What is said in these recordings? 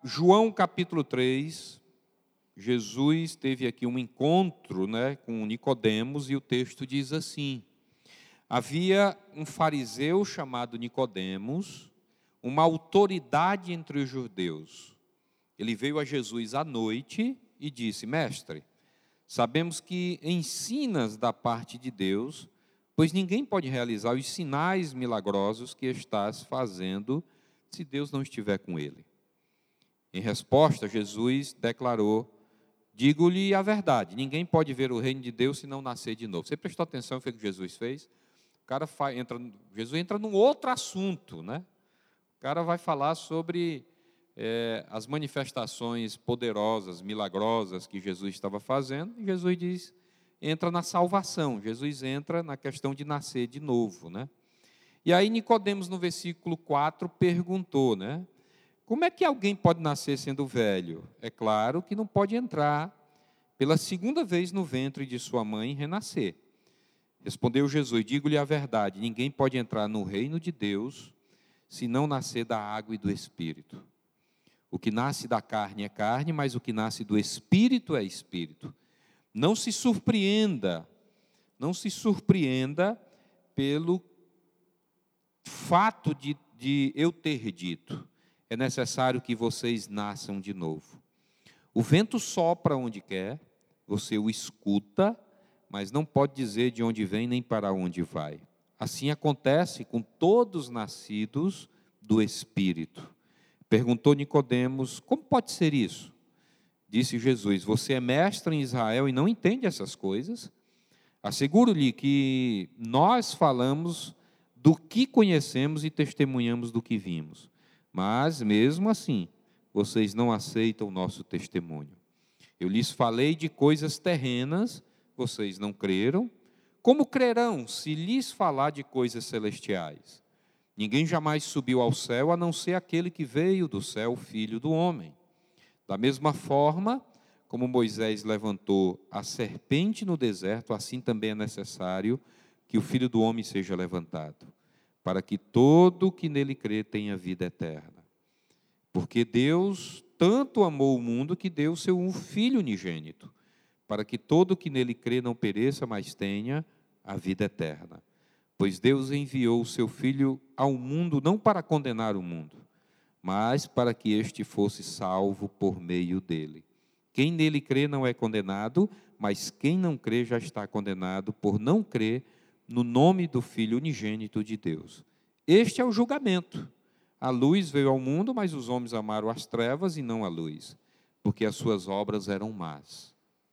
João capítulo 3, Jesus teve aqui um encontro, com Nicodemos, e o texto diz assim: havia um fariseu chamado Nicodemos, uma autoridade entre os judeus. Ele veio a Jesus à noite e disse: Mestre, sabemos que ensinas da parte de Deus, pois ninguém pode realizar os sinais milagrosos que estás fazendo se Deus não estiver com ele. Em resposta, Jesus declarou: digo-lhe a verdade, ninguém pode ver o reino de Deus se não nascer de novo. Você prestou atenção no que Jesus fez? Jesus entra num outro assunto, O cara vai falar sobre as manifestações poderosas, milagrosas que Jesus estava fazendo, e Jesus entra na salvação, Jesus entra na questão de nascer de novo, E aí Nicodemos, no versículo 4, perguntou, como é que alguém pode nascer sendo velho? É claro que não pode entrar pela segunda vez no ventre de sua mãe e renascer. Respondeu Jesus: digo-lhe a verdade, ninguém pode entrar no reino de Deus se não nascer da água e do Espírito. O que nasce da carne é carne, mas o que nasce do Espírito é Espírito. Não se surpreenda pelo fato de eu ter dito: é necessário que vocês nasçam de novo. O vento sopra onde quer, você o escuta, mas não pode dizer de onde vem nem para onde vai. Assim acontece com todos nascidos do Espírito. Perguntou Nicodemos: como pode ser isso? Disse Jesus: você é mestre em Israel e não entende essas coisas? Asseguro-lhe que nós falamos do que conhecemos e testemunhamos do que vimos. Mas, mesmo assim, vocês não aceitam o nosso testemunho. Eu lhes falei de coisas terrenas, vocês não creram. Como crerão se lhes falar de coisas celestiais? Ninguém jamais subiu ao céu, a não ser aquele que veio do céu, o Filho do Homem. Da mesma forma, como Moisés levantou a serpente no deserto, assim também é necessário que o Filho do Homem seja levantado, para que todo o que nele crê tenha vida eterna. Porque Deus tanto amou o mundo que deu o seu Filho unigênito, para que todo o que nele crê não pereça, mas tenha a vida eterna. Pois Deus enviou o seu Filho ao mundo não para condenar o mundo, mas para que este fosse salvo por meio dele. Quem nele crê não é condenado, mas quem não crê já está condenado por não crer no nome do Filho unigênito de Deus. Este é o julgamento. A luz veio ao mundo, mas os homens amaram as trevas e não a luz, porque as suas obras eram más.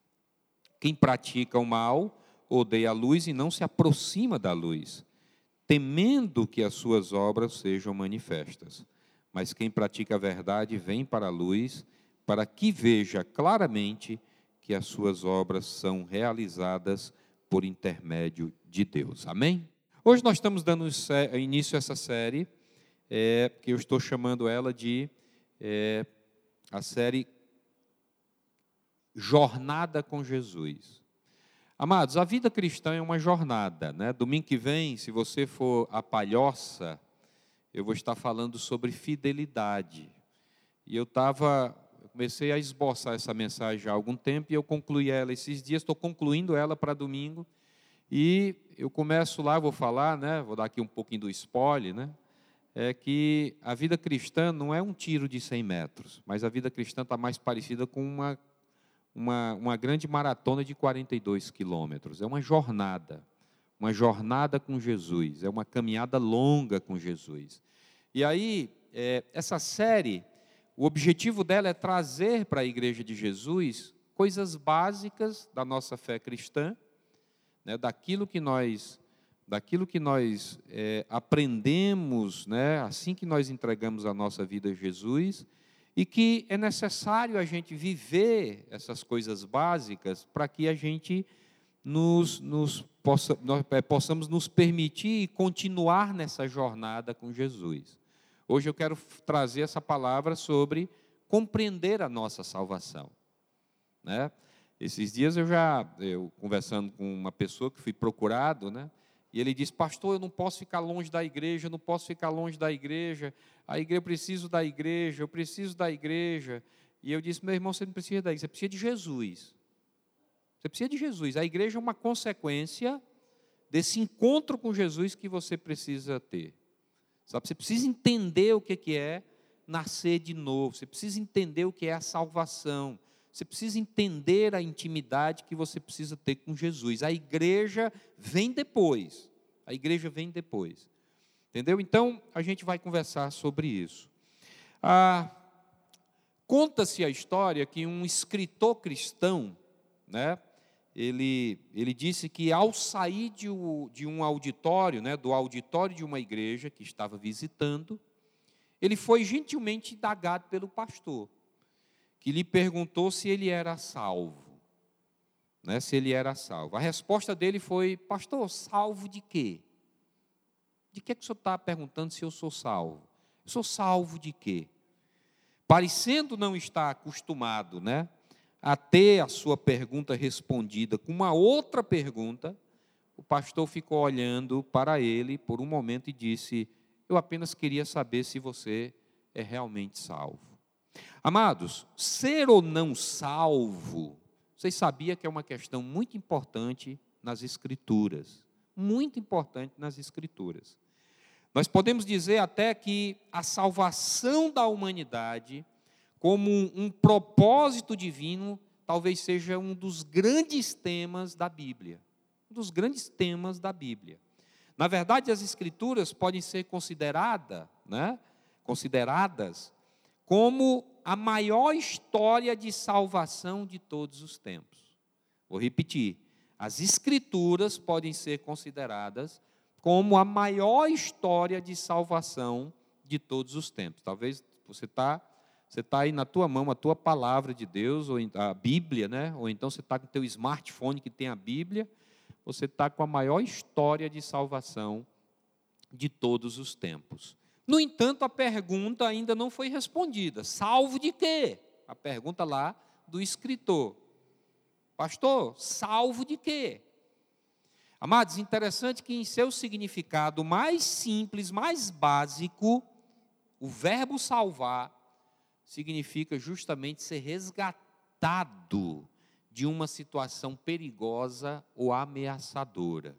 Quem pratica o mal odeia a luz e não se aproxima da luz, temendo que as suas obras sejam manifestas. Mas quem pratica a verdade vem para a luz, para que veja claramente que as suas obras são realizadas por intermédio de Deus. Amém? Hoje nós estamos dando início a essa série, que eu estou chamando ela de a série Jornada com Jesus. Amados, a vida cristã é uma jornada, Domingo que vem, se você for a Palhoça, eu vou estar falando sobre fidelidade. E eu comecei a esboçar essa mensagem há algum tempo e eu concluí ela esses dias, estou concluindo ela para domingo. E eu começo lá, vou falar, vou dar aqui um pouquinho do spoiler, é que a vida cristã não é um tiro de 100 metros, mas a vida cristã está mais parecida com uma grande maratona de 42 quilômetros. É uma jornada com Jesus, é uma caminhada longa com Jesus. E aí, essa série, o objetivo dela é trazer para a Igreja de Jesus coisas básicas da nossa fé cristã, daquilo que nós aprendemos, assim que nós entregamos a nossa vida a Jesus, e que é necessário a gente viver essas coisas básicas para que a gente possamos nos permitir continuar nessa jornada com Jesus. Hoje eu quero trazer essa palavra sobre compreender a nossa salvação. Esses dias eu conversando com uma pessoa que fui procurado, E ele disse: pastor, eu não posso ficar longe da igreja, eu não posso ficar longe da igreja, eu preciso da igreja, eu preciso da igreja. E eu disse: meu irmão, você não precisa da igreja, você precisa de Jesus. Você precisa de Jesus. A igreja é uma consequência desse encontro com Jesus que você precisa ter. Sabe? Você precisa entender o que é nascer de novo, você precisa entender o que é a salvação, você precisa entender a intimidade que você precisa ter com Jesus. A igreja vem depois, entendeu? Então, a gente vai conversar sobre isso. Conta-se a história que um escritor cristão, né, ele disse que ao sair de um auditório, né, do auditório de uma igreja que estava visitando, ele foi gentilmente indagado pelo pastor, que lhe perguntou se ele era salvo. Né, se ele era salvo. A resposta dele foi: pastor, salvo de quê? De que o senhor está perguntando se eu sou salvo? Eu sou salvo de quê? Parecendo não estar acostumado, né, a ter a sua pergunta respondida com uma outra pergunta, o pastor ficou olhando para ele por um momento e disse: eu apenas queria saber se você é realmente salvo. Amados, ser ou não salvo, vocês sabiam que é uma questão muito importante nas Escrituras. Muito importante nas Escrituras. Nós podemos dizer até que a salvação da humanidade, como um propósito divino, talvez seja um dos grandes temas da Bíblia. Um dos grandes temas da Bíblia. Na verdade, as Escrituras podem ser consideradas como a maior história de salvação de todos os tempos. Vou repetir. As Escrituras podem ser consideradas como a maior história de salvação de todos os tempos. Talvez você está aí na tua mão a tua palavra de Deus, ou a Bíblia, né? Ou então você está com o teu smartphone que tem a Bíblia, você está com a maior história de salvação de todos os tempos. No entanto, a pergunta ainda não foi respondida. Salvo de quê? A pergunta lá do escritor. Pastor, salvo de quê? Amados, interessante que em seu significado mais simples, mais básico, o verbo salvar significa justamente ser resgatado de uma situação perigosa ou ameaçadora.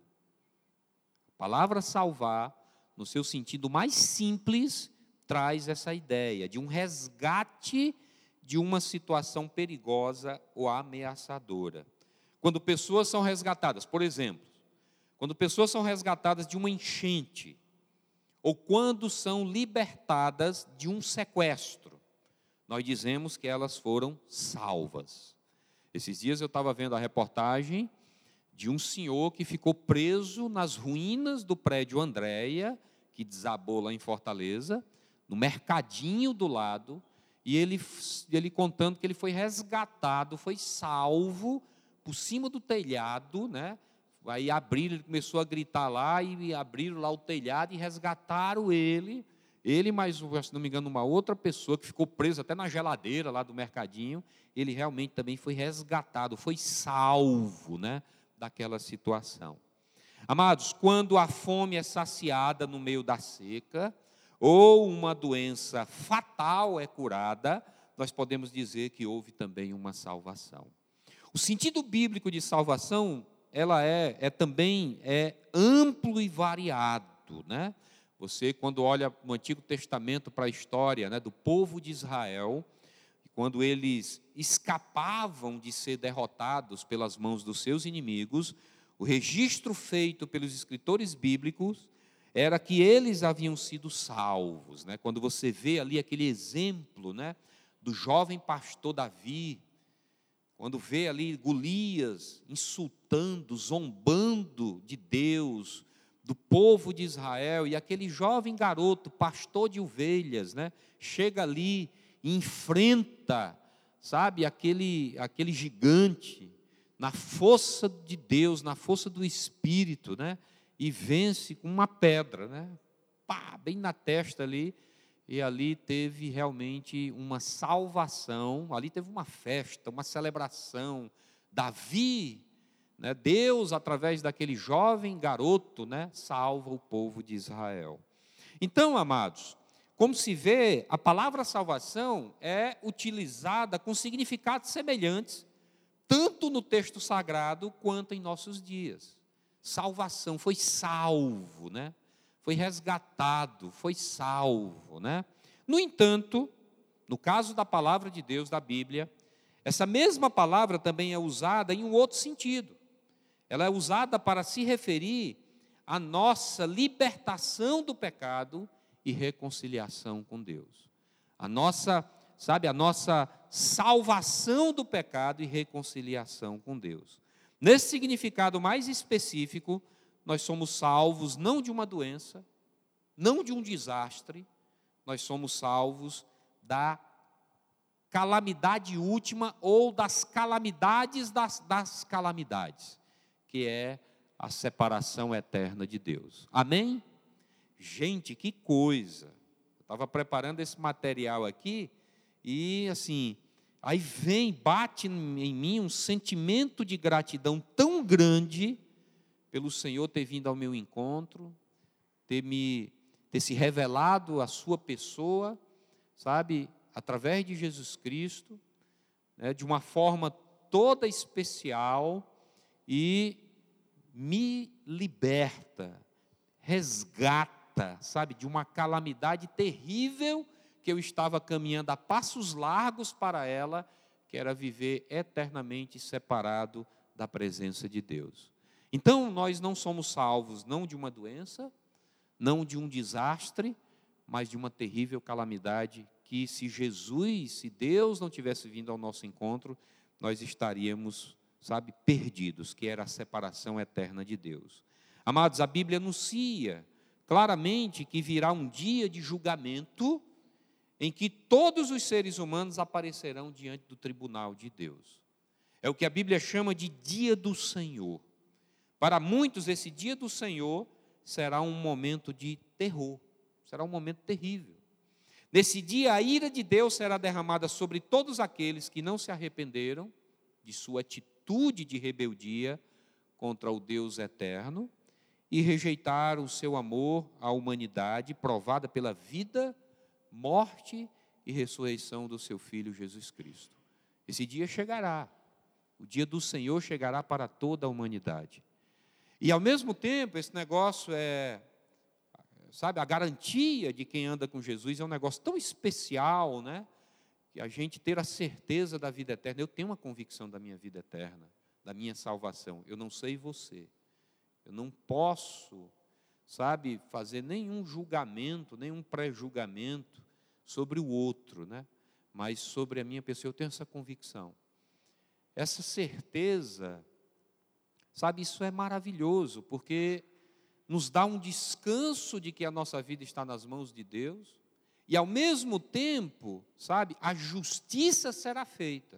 A palavra salvar, no seu sentido mais simples, traz essa ideia de um resgate de uma situação perigosa ou ameaçadora. Quando pessoas são resgatadas, por exemplo, quando pessoas são resgatadas de uma enchente, ou quando são libertadas de um sequestro, nós dizemos que elas foram salvas. Esses dias eu estava vendo a reportagem de um senhor que ficou preso nas ruínas do prédio Andréia, que desabou lá em Fortaleza, no mercadinho do lado, e ele contando que ele foi resgatado, foi salvo por cima do telhado, né? Aí abriram, ele começou a gritar lá, e abriram lá o telhado e resgataram ele, mas, se não me engano, uma outra pessoa que ficou presa até na geladeira lá do mercadinho, ele realmente também foi resgatado, foi salvo, né, daquela situação. Amados, quando a fome é saciada no meio da seca, ou uma doença fatal é curada, nós podemos dizer que houve também uma salvação. O sentido bíblico de salvação, ela também amplo e variado, né? Você, quando olha no Antigo Testamento para a história, né, do povo de Israel, quando eles escapavam de ser derrotados pelas mãos dos seus inimigos, o registro feito pelos escritores bíblicos era que eles haviam sido salvos, né? Quando você vê ali aquele exemplo, né, do jovem pastor Davi, quando vê ali Golias insultando, zombando de Deus, do povo de Israel, e aquele jovem garoto, pastor de ovelhas, né, chega ali e enfrenta, sabe, aquele gigante, na força de Deus, na força do Espírito, né, e vence com uma pedra, né, pá, bem na testa ali, e ali teve realmente uma salvação, ali teve uma festa, uma celebração. Davi, né, Deus, através daquele jovem garoto, né, salva o povo de Israel. Então, amados, como se vê, a palavra salvação é utilizada com significados semelhantes, tanto no texto sagrado quanto em nossos dias. Salvação, foi salvo, né? Foi resgatado, foi salvo, né? No entanto, no caso da palavra de Deus, da Bíblia, essa mesma palavra também é usada em um outro sentido. Ela é usada para se referir à nossa libertação do pecado e reconciliação com Deus. A nossa salvação do pecado e reconciliação com Deus. Nesse significado mais específico, nós somos salvos não de uma doença, não de um desastre, nós somos salvos da calamidade última ou das calamidades das calamidades, que é a separação eterna de Deus. Amém? Gente, que coisa! Eu estava preparando esse material aqui e assim, aí bate em mim um sentimento de gratidão tão grande pelo Senhor ter vindo ao meu encontro, ter se revelado a sua pessoa, sabe, através de Jesus Cristo, né, de uma forma toda especial e me liberta, resgata, sabe, de uma calamidade terrível que eu estava caminhando a passos largos para ela, que era viver eternamente separado da presença de Deus. Então, nós não somos salvos não de uma doença, não de um desastre, mas de uma terrível calamidade que se Deus não tivesse vindo ao nosso encontro, nós estaríamos, sabe, perdidos, que era a separação eterna de Deus. Amados, a Bíblia anuncia claramente que virá um dia de julgamento em que todos os seres humanos aparecerão diante do tribunal de Deus. É o que a Bíblia chama de dia do Senhor. Para muitos, esse dia do Senhor será um momento de terror, será um momento terrível. Nesse dia, a ira de Deus será derramada sobre todos aqueles que não se arrependeram de sua atitude de rebeldia contra o Deus eterno e rejeitaram o seu amor à humanidade, provada pela vida, morte e ressurreição do seu Filho Jesus Cristo. Esse dia chegará, o dia do Senhor chegará para toda a humanidade. E ao mesmo tempo, esse negócio sabe, a garantia de quem anda com Jesus é um negócio tão especial, né? Que a gente ter a certeza da vida eterna. Eu tenho uma convicção da minha vida eterna, da minha salvação. Eu não sei você. Eu não posso, sabe, fazer nenhum julgamento, nenhum pré-julgamento sobre o outro, né? Mas sobre a minha pessoa eu tenho essa convicção. Essa certeza, sabe, isso é maravilhoso, porque nos dá um descanso de que a nossa vida está nas mãos de Deus, e ao mesmo tempo, sabe, a justiça será feita.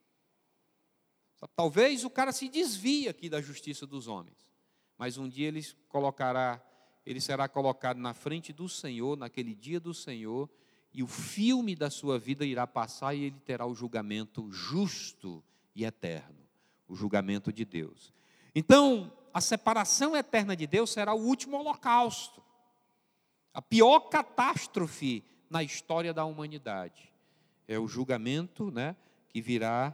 Talvez o cara se desvie aqui da justiça dos homens, mas um dia ele será colocado na frente do Senhor, naquele dia do Senhor, e o filme da sua vida irá passar e ele terá o julgamento justo e eterno, o julgamento de Deus. Então, a separação eterna de Deus será o último holocausto, a pior catástrofe na história da humanidade. É o julgamento, né, que virá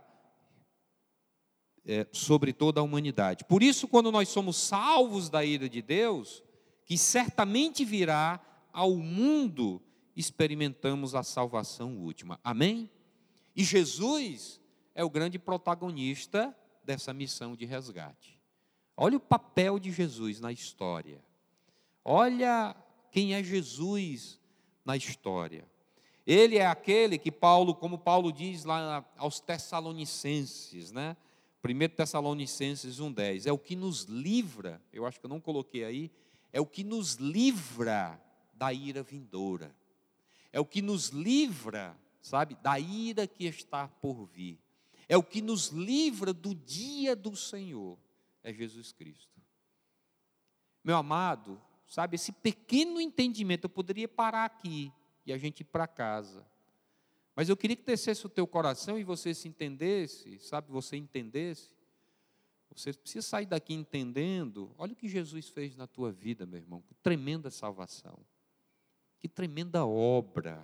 sobre toda a humanidade. Por isso, quando nós somos salvos da ira de Deus, que certamente virá ao mundo, experimentamos a salvação última. Amém? E Jesus é o grande protagonista dessa missão de resgate. Olha o papel de Jesus na história. Olha quem é Jesus na história. Ele é aquele que como Paulo diz lá aos Tessalonicenses, né? 1 Tessalonicenses 1,10, é o que nos livra, eu acho que eu não coloquei aí, é o que nos livra da ira vindoura. É o que nos livra, sabe, da ira que está por vir. É o que nos livra do dia do Senhor. É Jesus Cristo. Meu amado, sabe, esse pequeno entendimento, eu poderia parar aqui e a gente ir para casa. Mas eu queria que descesse o teu coração e você se entendesse, sabe, você entendesse, Você precisa sair daqui entendendo, olha o que Jesus fez na tua vida, meu irmão, que tremenda salvação, que tremenda obra.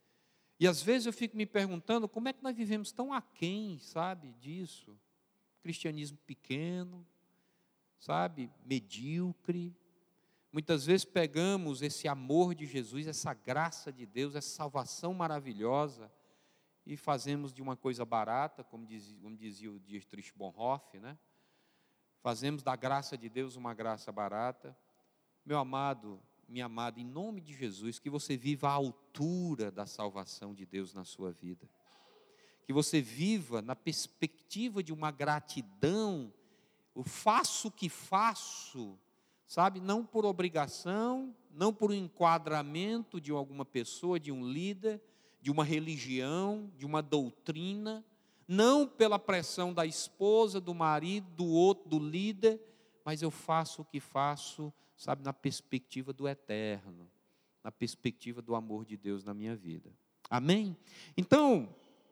E às vezes eu fico me perguntando, como é que nós vivemos tão aquém, sabe, disso? Cristianismo pequeno, sabe, medíocre. Muitas vezes pegamos esse amor de Jesus, essa graça de Deus, essa salvação maravilhosa, e fazemos de uma coisa barata, como dizia o Dietrich Bonhoeffer, né? Fazemos da graça de Deus uma graça barata. Meu amado, minha amada, em nome de Jesus, que você viva à altura da salvação de Deus na sua vida. Que você viva na perspectiva de uma gratidão, o faço o que faço, sabe, não por obrigação, não por um enquadramento de alguma pessoa, de um líder, de uma religião, de uma doutrina, não pela pressão da esposa, do marido, do outro, do líder, mas eu faço o que faço, sabe, na perspectiva do eterno, na perspectiva do amor de Deus na minha vida. Amém? Então,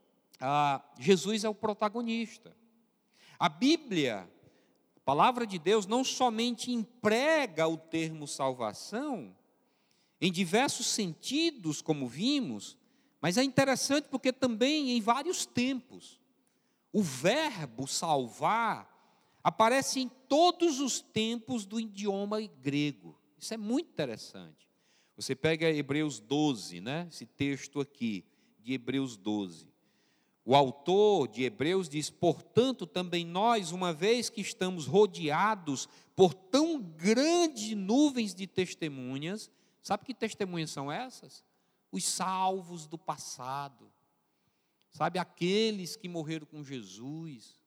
Jesus é o protagonista. A Bíblia, a palavra de Deus, não somente emprega o termo salvação, em diversos sentidos, como vimos, mas é interessante porque também em vários tempos. O verbo salvar aparece em todos os tempos do idioma grego. Isso é muito interessante. Você pega Hebreus 12, né? Esse texto aqui, de Hebreus 12. O autor de Hebreus diz, portanto, também nós, uma vez que estamos rodeados por tão grandes nuvens de testemunhas, sabe que testemunhas são essas? Os salvos do passado. Sabe, aqueles que morreram com Jesus,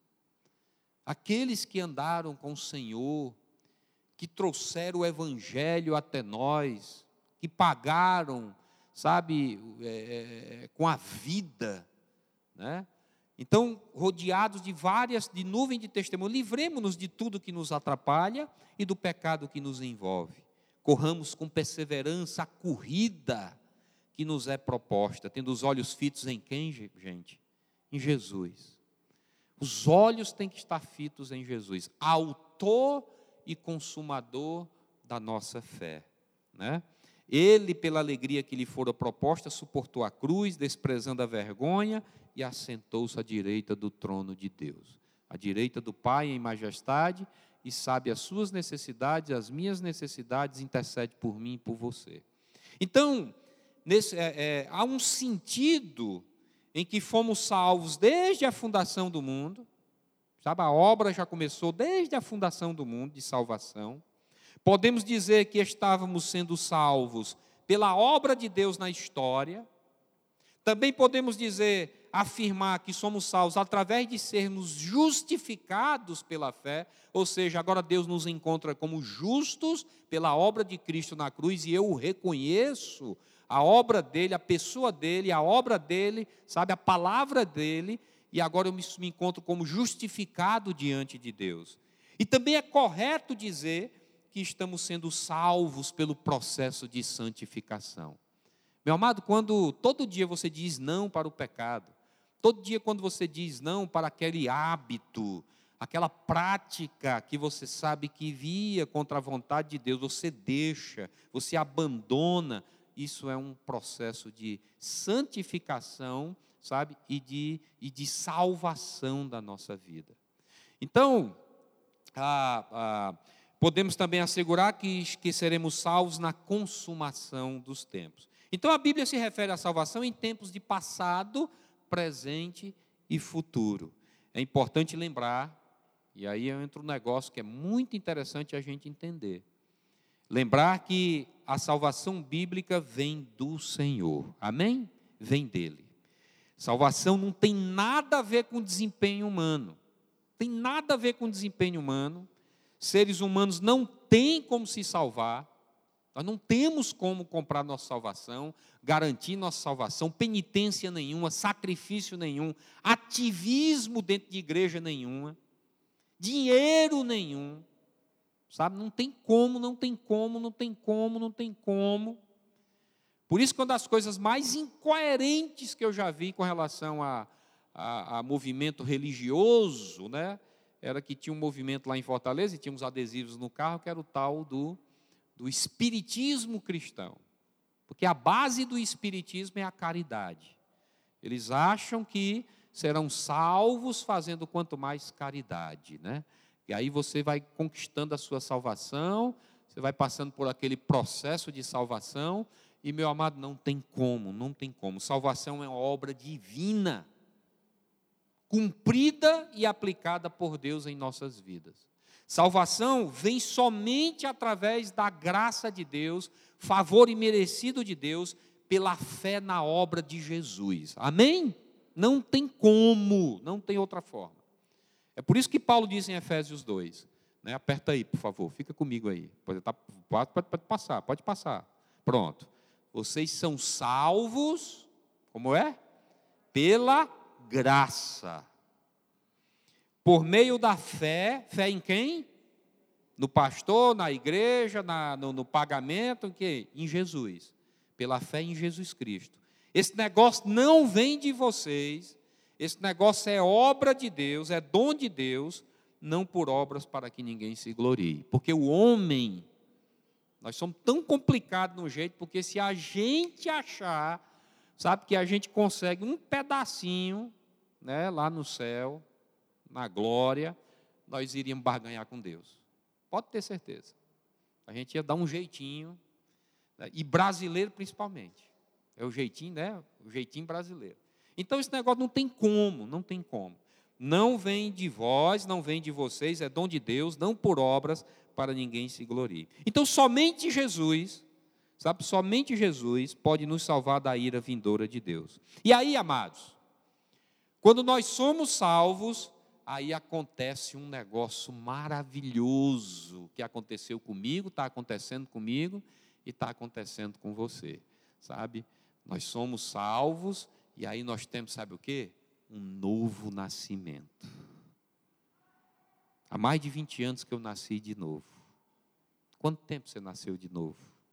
aqueles que andaram com o Senhor, que trouxeram o Evangelho até nós, que pagaram, sabe, com a vida, né? Então, rodeados de nuvem de testemunho, livremo-nos de tudo que nos atrapalha e do pecado que nos envolve. Corramos com perseverança a corrida que nos é proposta, tendo os olhos fitos em quem, gente? Em Jesus. Os olhos têm que estar fitos em Jesus, autor e consumador da nossa fé, né? Ele, pela alegria que lhe fora proposta, suportou a cruz, desprezando a vergonha, e assentou-se à direita do trono de Deus, à direita do Pai em majestade, e sabe as suas necessidades, as minhas necessidades, intercede por mim e por você. Então, há um sentido em que fomos salvos desde a fundação do mundo, sabe, a obra já começou desde a fundação do mundo, de salvação. Podemos dizer que estávamos sendo salvos pela obra de Deus na história. Também podemos afirmar que somos salvos através de sermos justificados pela fé, ou seja, agora Deus nos encontra como justos pela obra de Cristo na cruz, e eu o reconheço, a obra dele, a pessoa dele, a obra dele, sabe, a palavra dele, e agora eu me encontro como justificado diante de Deus. E também é correto dizer que estamos sendo salvos pelo processo de santificação. Meu amado, quando todo dia você diz não para o pecado, todo dia quando você diz não para aquele hábito, aquela prática que você sabe que via contra a vontade de Deus, você deixa, você abandona, isso é um processo de santificação, sabe, e de salvação da nossa vida. Então, podemos também assegurar que seremos salvos na consumação dos tempos. Então, a Bíblia se refere à salvação em tempos de passado, presente e futuro. É importante lembrar, e aí entra um negócio que é muito interessante a gente entender. Lembrar que a salvação bíblica vem do Senhor. Amém? Vem dele. Salvação não tem nada a ver com desempenho humano. Tem nada a ver com desempenho humano. Seres humanos não têm como se salvar. Nós não temos como comprar nossa salvação, garantir nossa salvação, penitência nenhuma, sacrifício nenhum, ativismo dentro de igreja nenhuma, dinheiro nenhum. Sabe, não tem como, não tem como, não tem como, não tem como. Por isso, uma das coisas mais incoerentes que eu já vi com relação a movimento religioso, né, era que tinha um movimento lá em Fortaleza, e tinha uns adesivos no carro, que era o tal do espiritismo cristão. Porque a base do espiritismo é a caridade. Eles acham que serão salvos fazendo quanto mais caridade, né? E aí você vai conquistando a sua salvação, você vai passando por aquele processo de salvação, e, meu amado, não tem como, não tem como. Salvação é uma obra divina, cumprida e aplicada por Deus em nossas vidas. Salvação vem somente através da graça de Deus, favor imerecido de Deus, pela fé na obra de Jesus. Amém? Não tem como, não tem outra forma. É por isso que Paulo diz em Efésios 2, né? Aperta aí, por favor, fica comigo aí. Pode passar. Pronto. Vocês são salvos, como é? Pela graça. Por meio da fé, fé em quem? No pastor, na igreja, no pagamento, em Jesus. Pela fé em Jesus Cristo. Esse negócio não vem de vocês, esse negócio é obra de Deus, é dom de Deus, não por obras para que ninguém se glorie. Porque o homem, nós somos tão complicados no jeito, porque se a gente achar, sabe, que a gente consegue um pedacinho, né, lá no céu, na glória, nós iríamos barganhar com Deus. Pode ter certeza. A gente ia dar um jeitinho, né, e brasileiro principalmente. É o jeitinho, né? O jeitinho brasileiro. Então esse negócio não tem como, não tem como. Não vem de vós, não vem de vocês, é dom de Deus, não por obras, para ninguém se glorie. Então somente Jesus, sabe, somente Jesus pode nos salvar da ira vindoura de Deus. E aí, amados, quando nós somos salvos, aí acontece um negócio maravilhoso que aconteceu comigo, está acontecendo comigo e está acontecendo com você, sabe? Nós somos salvos e aí nós temos, sabe o quê? Um novo nascimento. Há mais de 20 anos que eu nasci de novo. Quanto tempo você nasceu de novo?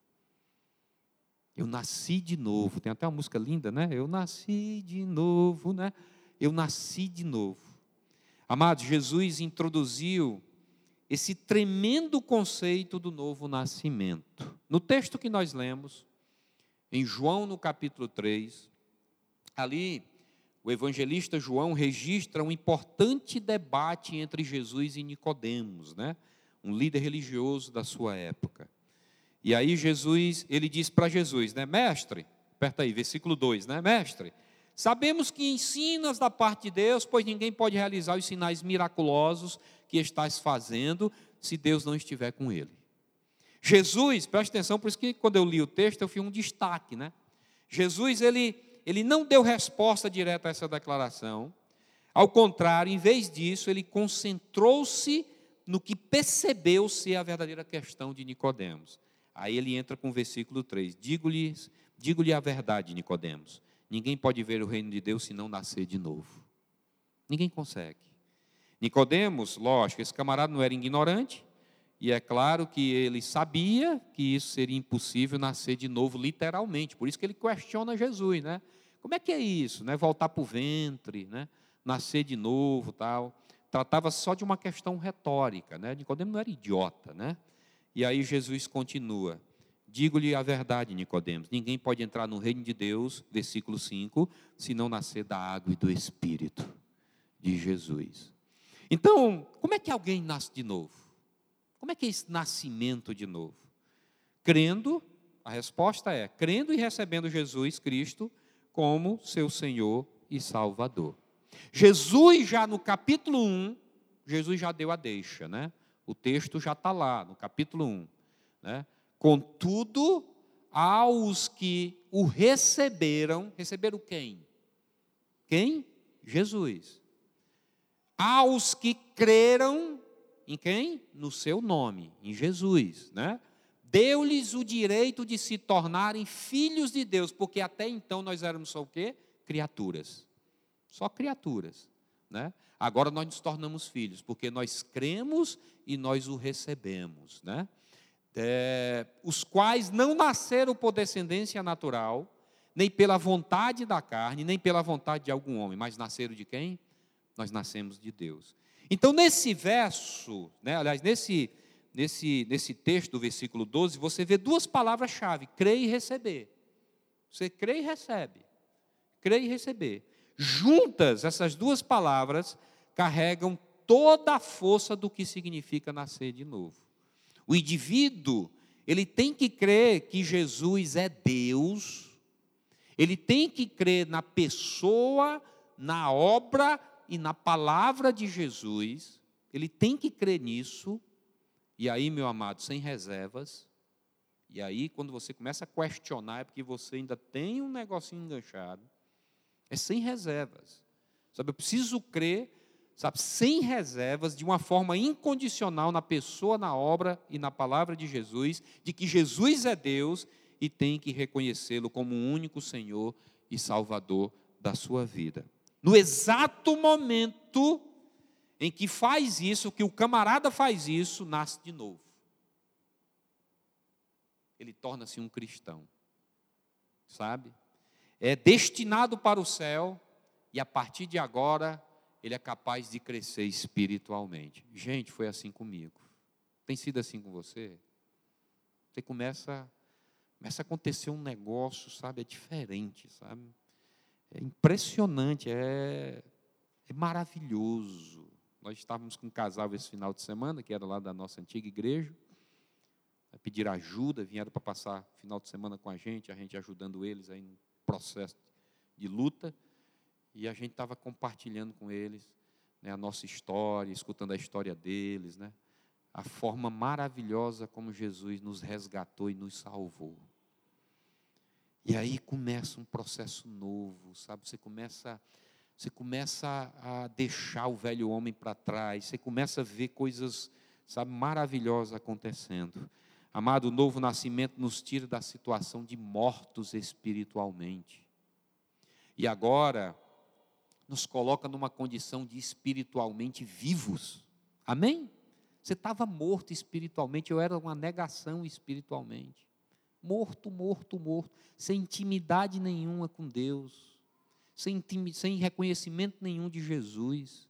Eu nasci de novo. Tem até uma música linda, né? Eu nasci de novo, né? Eu nasci de novo. Amados, Jesus introduziu esse tremendo conceito do novo nascimento. No texto que nós lemos, em João, no capítulo 3, ali o evangelista João registra um importante debate entre Jesus e Nicodemos, né? Um líder religioso da sua época. E aí ele diz para Jesus, né? Mestre, aperta aí, versículo 2, né? Mestre, sabemos que ensinas da parte de Deus, pois ninguém pode realizar os sinais miraculosos que estás fazendo, se Deus não estiver com ele. Jesus, preste atenção, por isso que quando eu li o texto, eu fiz um destaque, né? Jesus, ele não deu resposta direta a essa declaração. Ao contrário, em vez disso, ele concentrou-se no que percebeu ser a verdadeira questão de Nicodemos. Aí ele entra com o versículo 3. Digo-lhe a verdade, Nicodemos. Ninguém pode ver o reino de Deus se não nascer de novo. Ninguém consegue. Nicodemos, lógico, esse camarada não era ignorante, e é claro que ele sabia que isso seria impossível, nascer de novo, literalmente. Por isso que ele questiona Jesus, né? Como é que é isso, né? Voltar para o ventre, né? Nascer de novo, tal. Tratava só de uma questão retórica, né? Nicodemo não era idiota, né? E aí Jesus continua. Digo-lhe a verdade, Nicodemos, ninguém pode entrar no reino de Deus, versículo 5, se não nascer da água e do Espírito de Jesus. Então, como é que alguém nasce de novo? Como é que é esse nascimento de novo? Crendo, a resposta é, crendo e recebendo Jesus Cristo como seu Senhor e Salvador. Jesus já no capítulo 1, Jesus já deu a deixa, né? O texto já está lá, no capítulo 1, né? Contudo, aos que o receberam quem? Quem? Jesus. Aos que creram em quem? No seu nome, em Jesus, né? Deu-lhes o direito de se tornarem filhos de Deus, porque até então nós éramos só o quê? Criaturas. Só criaturas, né? Agora nós nos tornamos filhos, porque nós cremos e nós o recebemos, né? Os quais não nasceram por descendência natural, nem pela vontade da carne, nem pela vontade de algum homem, mas nasceram de quem? Nós nascemos de Deus. Então, nesse verso, né, aliás, nesse texto do versículo 12, você vê duas palavras-chave: crer e receber. Você crê e recebe. Crer e receber. Juntas, essas duas palavras carregam toda a força do que significa nascer de novo. O indivíduo, ele tem que crer que Jesus é Deus, ele tem que crer na pessoa, na obra e na palavra de Jesus, ele tem que crer nisso, e aí, meu amado, sem reservas, e aí quando você começa a questionar, é porque você ainda tem um negocinho enganchado, é sem reservas, sabe, eu preciso crer, sabe, sem reservas, de uma forma incondicional na pessoa, na obra e na palavra de Jesus, de que Jesus é Deus e tem que reconhecê-lo como o único Senhor e Salvador da sua vida. No exato momento em que faz isso, que o camarada faz isso, nasce de novo. Ele torna-se um cristão, sabe? É destinado para o céu e a partir de agora ele é capaz de crescer espiritualmente. Gente, foi assim comigo. Tem sido assim com você? Você começa a acontecer um negócio, sabe? É diferente, sabe? É impressionante, é maravilhoso. Nós estávamos com um casal esse final de semana, que era lá da nossa antiga igreja, pediram ajuda, vieram para passar final de semana com a gente ajudando eles aí no processo de luta, e a gente estava compartilhando com eles, né, a nossa história, escutando a história deles, né, a forma maravilhosa como Jesus nos resgatou e nos salvou. E aí começa um processo novo, sabe? Você começa a deixar o velho homem para trás, você começa a ver coisas, sabe, maravilhosas acontecendo. Amado, o novo nascimento nos tira da situação de mortos espiritualmente. E agora nos coloca numa condição de espiritualmente vivos. Amém? Você estava morto espiritualmente, eu era uma negação espiritualmente. Morto, sem intimidade nenhuma com Deus, sem reconhecimento nenhum de Jesus.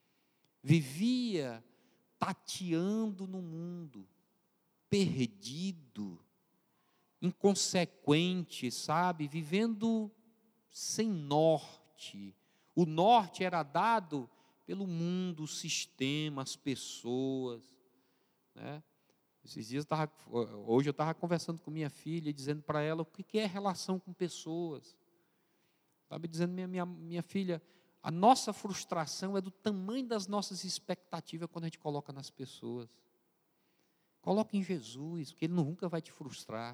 Vivia tateando no mundo, perdido, inconsequente, sabe? Vivendo sem norte. O norte era dado pelo mundo, o sistema, as pessoas, né? Esses dias hoje eu estava conversando com minha filha, dizendo para ela o que é relação com pessoas. Estava dizendo, minha filha, a nossa frustração é do tamanho das nossas expectativas quando a gente coloca nas pessoas. Coloque em Jesus, porque Ele nunca vai te frustrar.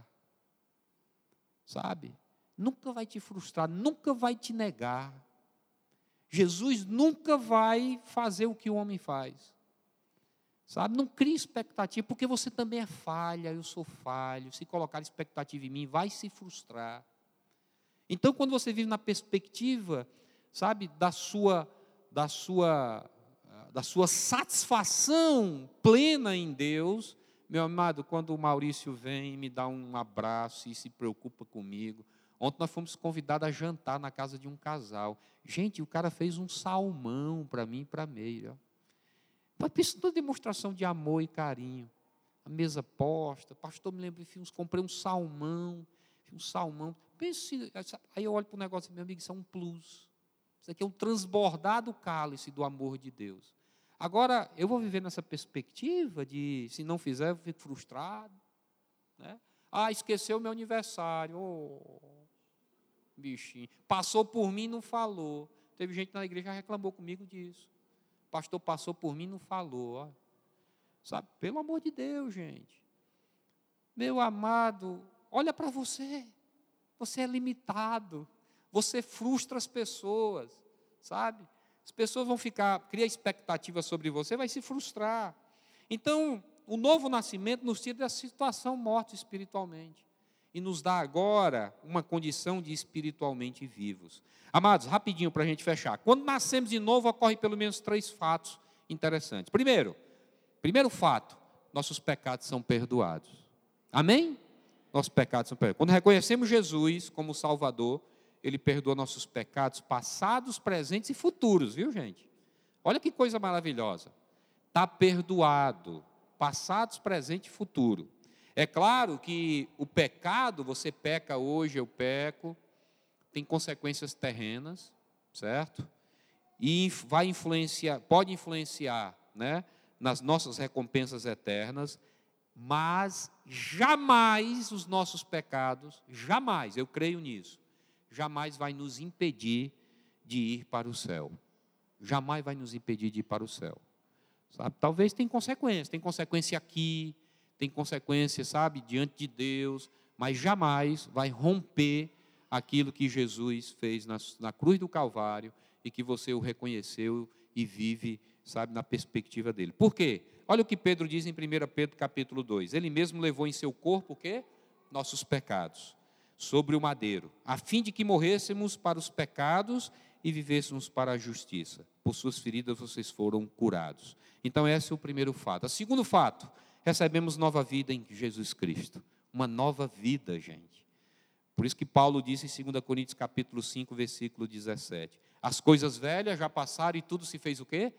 Sabe? Nunca vai te frustrar, nunca vai te negar. Jesus nunca vai fazer o que o homem faz. Sabe? Não crie expectativa, porque você também é falha, eu sou falho. Se colocar expectativa em mim, vai se frustrar. Então, quando você vive na perspectiva, sabe, da sua satisfação plena em Deus, meu amado, quando o Maurício vem e me dá um abraço e se preocupa comigo. Ontem nós fomos convidados a jantar na casa de um casal. Gente, o cara fez um salmão para mim e para a Meira. Mas pensa numa demonstração de amor e carinho. A mesa posta, pastor, me lembro, comprei um salmão. Pense, aí eu olho para o negócio, meu amigo, isso é um plus. Isso aqui é um transbordar do cálice do amor de Deus. Agora, eu vou viver nessa perspectiva de, se não fizer, eu fico frustrado. Né? Esqueceu o meu aniversário. Bichinho. Passou por mim e não falou. Teve gente na igreja que reclamou comigo disso. O pastor passou por mim e não falou. Ó. Sabe? Pelo amor de Deus, gente. Meu amado, olha para você. Você é limitado. Você frustra as pessoas. Sabe? As pessoas vão criar expectativa sobre você, vai se frustrar. Então, o novo nascimento nos tira da situação morta espiritualmente. E nos dá agora uma condição de espiritualmente vivos. Amados, rapidinho para a gente fechar. Quando nascemos de novo, ocorre pelo menos 3 fatos interessantes. Primeiro fato, nossos pecados são perdoados. Amém? Nossos pecados são perdoados. Quando reconhecemos Jesus como Salvador, Ele perdoa nossos pecados passados, presentes e futuros, viu, gente? Olha que coisa maravilhosa. Está perdoado, passado, presente e futuro. É claro que o pecado, você peca hoje, eu peco, tem consequências terrenas, certo? E vai influenciar, pode influenciar, né, nas nossas recompensas eternas, mas jamais os nossos pecados, jamais, eu creio nisso, jamais vai nos impedir de ir para o céu. Jamais vai nos impedir de ir para o céu. Sabe? Talvez tem consequência aqui, tem consequência, sabe, diante de Deus, mas jamais vai romper aquilo que Jesus fez na cruz do Calvário e que você o reconheceu e vive, sabe, na perspectiva dele. Por quê? Olha o que Pedro diz em 1 Pedro capítulo 2. Ele mesmo levou em seu corpo o quê? Nossos pecados, sobre o madeiro, a fim de que morrêssemos para os pecados e vivêssemos para a justiça. Por suas feridas vocês foram curados. Então esse é o primeiro fato. O segundo fato, recebemos nova vida em Jesus Cristo. Uma nova vida, gente. Por isso que Paulo disse em 2 Coríntios capítulo 5, versículo 17. As coisas velhas já passaram e tudo se fez o quê?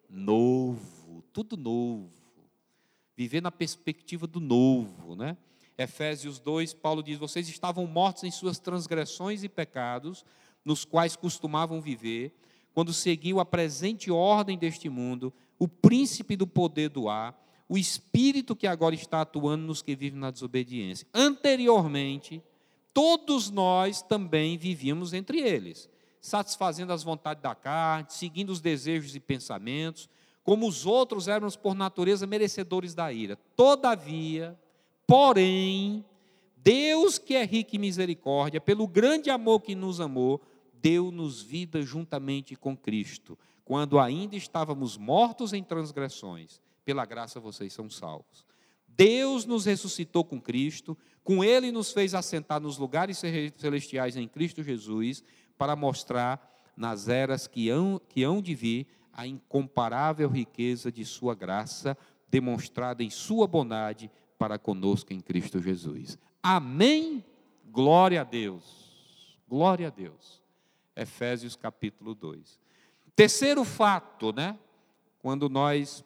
Novo, tudo novo. Viver na perspectiva do novo, né? Efésios 2, Paulo diz, vocês estavam mortos em suas transgressões e pecados, nos quais costumavam viver, quando seguiam a presente ordem deste mundo, o príncipe do poder do ar, o espírito que agora está atuando nos que vivem na desobediência. Anteriormente, todos nós também vivíamos entre eles, satisfazendo as vontades da carne, seguindo os desejos e pensamentos, como os outros éramos por natureza merecedores da ira. Todavia, porém, Deus que é rico em misericórdia, pelo grande amor que nos amou, deu-nos vida juntamente com Cristo, quando ainda estávamos mortos em transgressões. Pela graça vocês são salvos. Deus nos ressuscitou com Cristo, com Ele nos fez assentar nos lugares celestiais em Cristo Jesus, para mostrar nas eras que hão de vir a incomparável riqueza de sua graça, demonstrada em sua bondade para conosco em Cristo Jesus. Amém? Glória a Deus. Glória a Deus. Efésios capítulo 2. Terceiro fato, né? Quando nós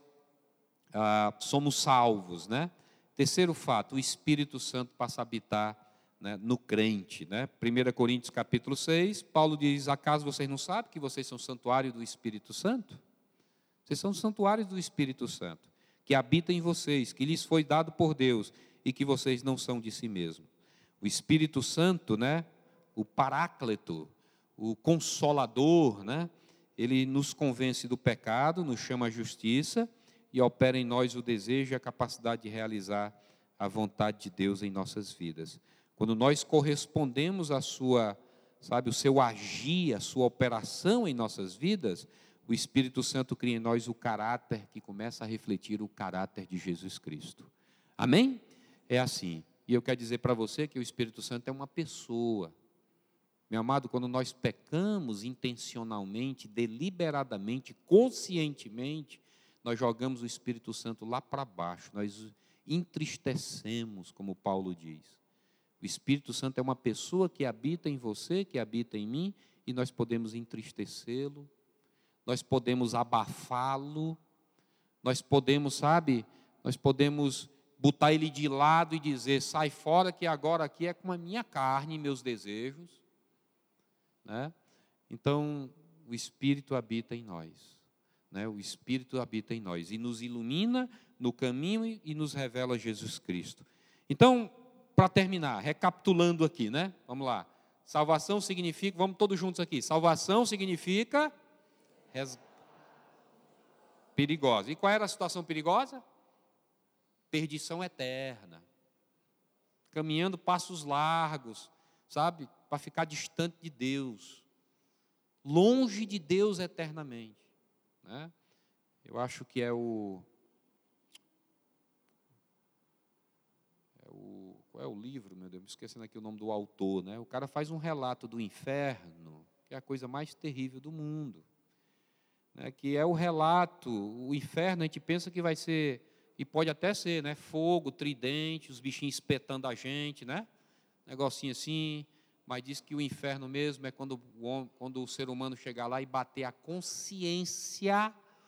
somos salvos, né? Terceiro fato, o Espírito Santo passa a habitar, né, no crente, né? 1 Coríntios capítulo 6, Paulo diz, acaso vocês não sabem que vocês são santuário do Espírito Santo? Vocês são santuários do Espírito Santo, que habita em vocês, que lhes foi dado por Deus, e que vocês não são de si mesmos. O Espírito Santo, né? O Paráclito, o Consolador, né? Ele nos convence do pecado, nos chama à justiça, e opera em nós o desejo e a capacidade de realizar a vontade de Deus em nossas vidas. Quando nós correspondemos à sua, sabe, o seu agir, a sua operação em nossas vidas, o Espírito Santo cria em nós o caráter que começa a refletir o caráter de Jesus Cristo. Amém? É assim. E eu quero dizer para você que o Espírito Santo é uma pessoa. Meu amado, quando nós pecamos intencionalmente, deliberadamente, conscientemente, nós jogamos o Espírito Santo lá para baixo, nós entristecemos, como Paulo diz. O Espírito Santo é uma pessoa que habita em você, que habita em mim, e nós podemos entristecê-lo, nós podemos abafá-lo, nós podemos, sabe, nós podemos botar ele de lado e dizer, sai fora que agora aqui é com a minha carne e meus desejos, né? Então, o Espírito habita em nós. Né, o Espírito habita em nós e nos ilumina no caminho e nos revela Jesus Cristo. Então, para terminar, recapitulando aqui, né? Vamos lá. Salvação significa, vamos todos juntos aqui. Salvação significa perigosa. E qual era a situação perigosa? Perdição eterna. Caminhando passos largos, sabe? Para ficar distante de Deus. Longe de Deus eternamente. Né? Eu acho que qual é o livro, meu Deus, me esquecendo aqui o nome do autor, né? O cara faz um relato do inferno, que é a coisa mais terrível do mundo, né? Que é o relato, o inferno a gente pensa que vai ser, e pode até ser, né? Fogo, tridente, os bichinhos espetando a gente, né? Negocinho assim, mas diz que o inferno mesmo é quando o ser humano chegar lá e bater a consciência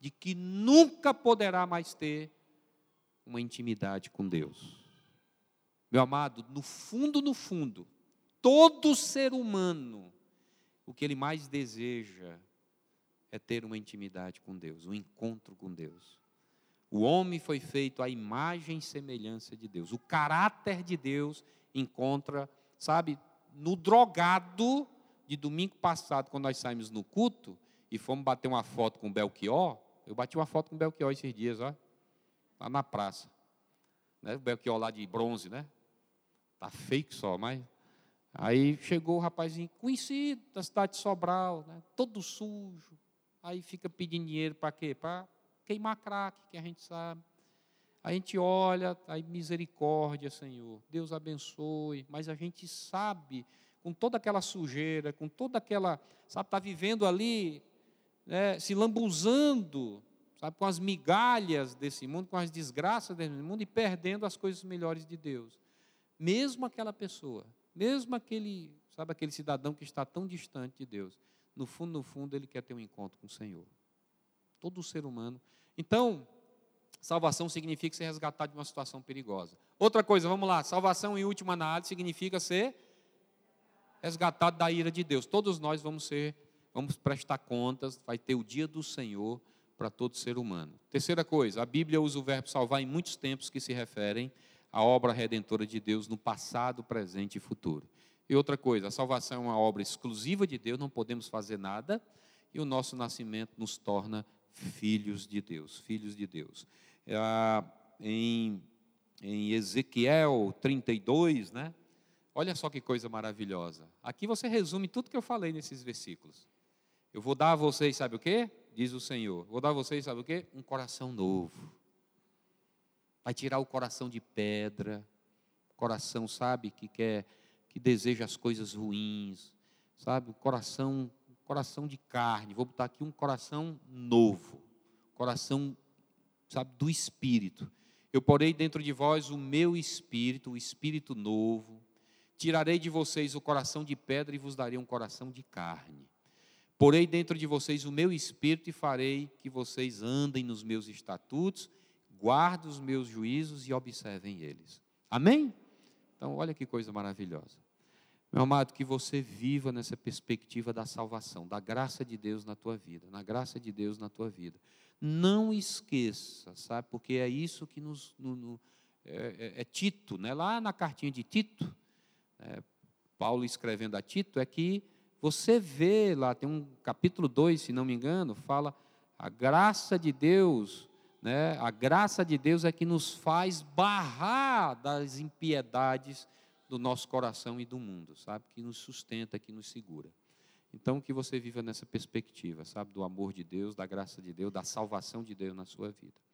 de que nunca poderá mais ter uma intimidade com Deus. Meu amado, no fundo, todo ser humano, o que ele mais deseja é ter uma intimidade com Deus, um encontro com Deus. O homem foi feito à imagem e semelhança de Deus. O caráter de Deus encontra, sabe, no drogado de domingo passado, quando nós saímos no culto e fomos bater uma foto com o Belchior. Eu bati uma foto com o Belchior esses dias, ó, lá na praça. Né? O Belchior lá de bronze, né? Tá feio que só, mas... Aí chegou o rapazinho conhecido da cidade de Sobral, né? Todo sujo. Aí fica pedindo dinheiro para quê? Para queimar crack, que a gente sabe. A gente olha, aí misericórdia, Senhor, Deus abençoe, mas a gente sabe, com toda aquela sujeira, com toda aquela, sabe, está vivendo ali, né, se lambuzando, sabe, com as migalhas desse mundo, com as desgraças desse mundo e perdendo as coisas melhores de Deus. Mesmo aquela pessoa, mesmo aquele, sabe, aquele cidadão que está tão distante de Deus, no fundo, ele quer ter um encontro com o Senhor. Todo ser humano. Então, salvação significa ser resgatado de uma situação perigosa. Outra coisa, vamos lá, salvação em última análise significa ser resgatado da ira de Deus. Todos nós vamos prestar contas, vai ter o dia do Senhor para todo ser humano. Terceira coisa, a Bíblia usa o verbo salvar em muitos tempos que se referem à obra redentora de Deus no passado, presente e futuro. E outra coisa, a salvação é uma obra exclusiva de Deus, não podemos fazer nada, e o nosso nascimento nos torna filhos de Deus, filhos de Deus. Em Ezequiel 32, né? Olha só que coisa maravilhosa. Aqui você resume tudo que eu falei nesses versículos. Eu vou dar a vocês, sabe o quê? Diz o Senhor. Vou dar a vocês, sabe o quê? Um coração novo. Vai tirar o coração de pedra, coração, sabe, que deseja as coisas ruins, sabe, coração de carne. Vou botar aqui um coração novo, coração, sabe, do Espírito. Eu porei dentro de vós o meu Espírito, o Espírito novo. Tirarei de vocês o coração de pedra e vos darei um coração de carne. Porei dentro de vocês o meu Espírito e farei que vocês andem nos meus estatutos, guardem os meus juízos e observem eles. Amém? Então, olha que coisa maravilhosa. Meu amado, que você viva nessa perspectiva da salvação, da graça de Deus na tua vida, na graça de Deus na tua vida. Não esqueça, sabe, porque é isso que é Tito, né? Lá na cartinha de Tito, Paulo escrevendo a Tito, é que você vê lá, tem um capítulo 2, se não me engano, fala a graça de Deus, né? A graça de Deus é que nos faz barrar das impiedades do nosso coração e do mundo, sabe? Que nos sustenta, que nos segura. Então, que você viva nessa perspectiva, sabe? Do amor de Deus, da graça de Deus, da salvação de Deus na sua vida.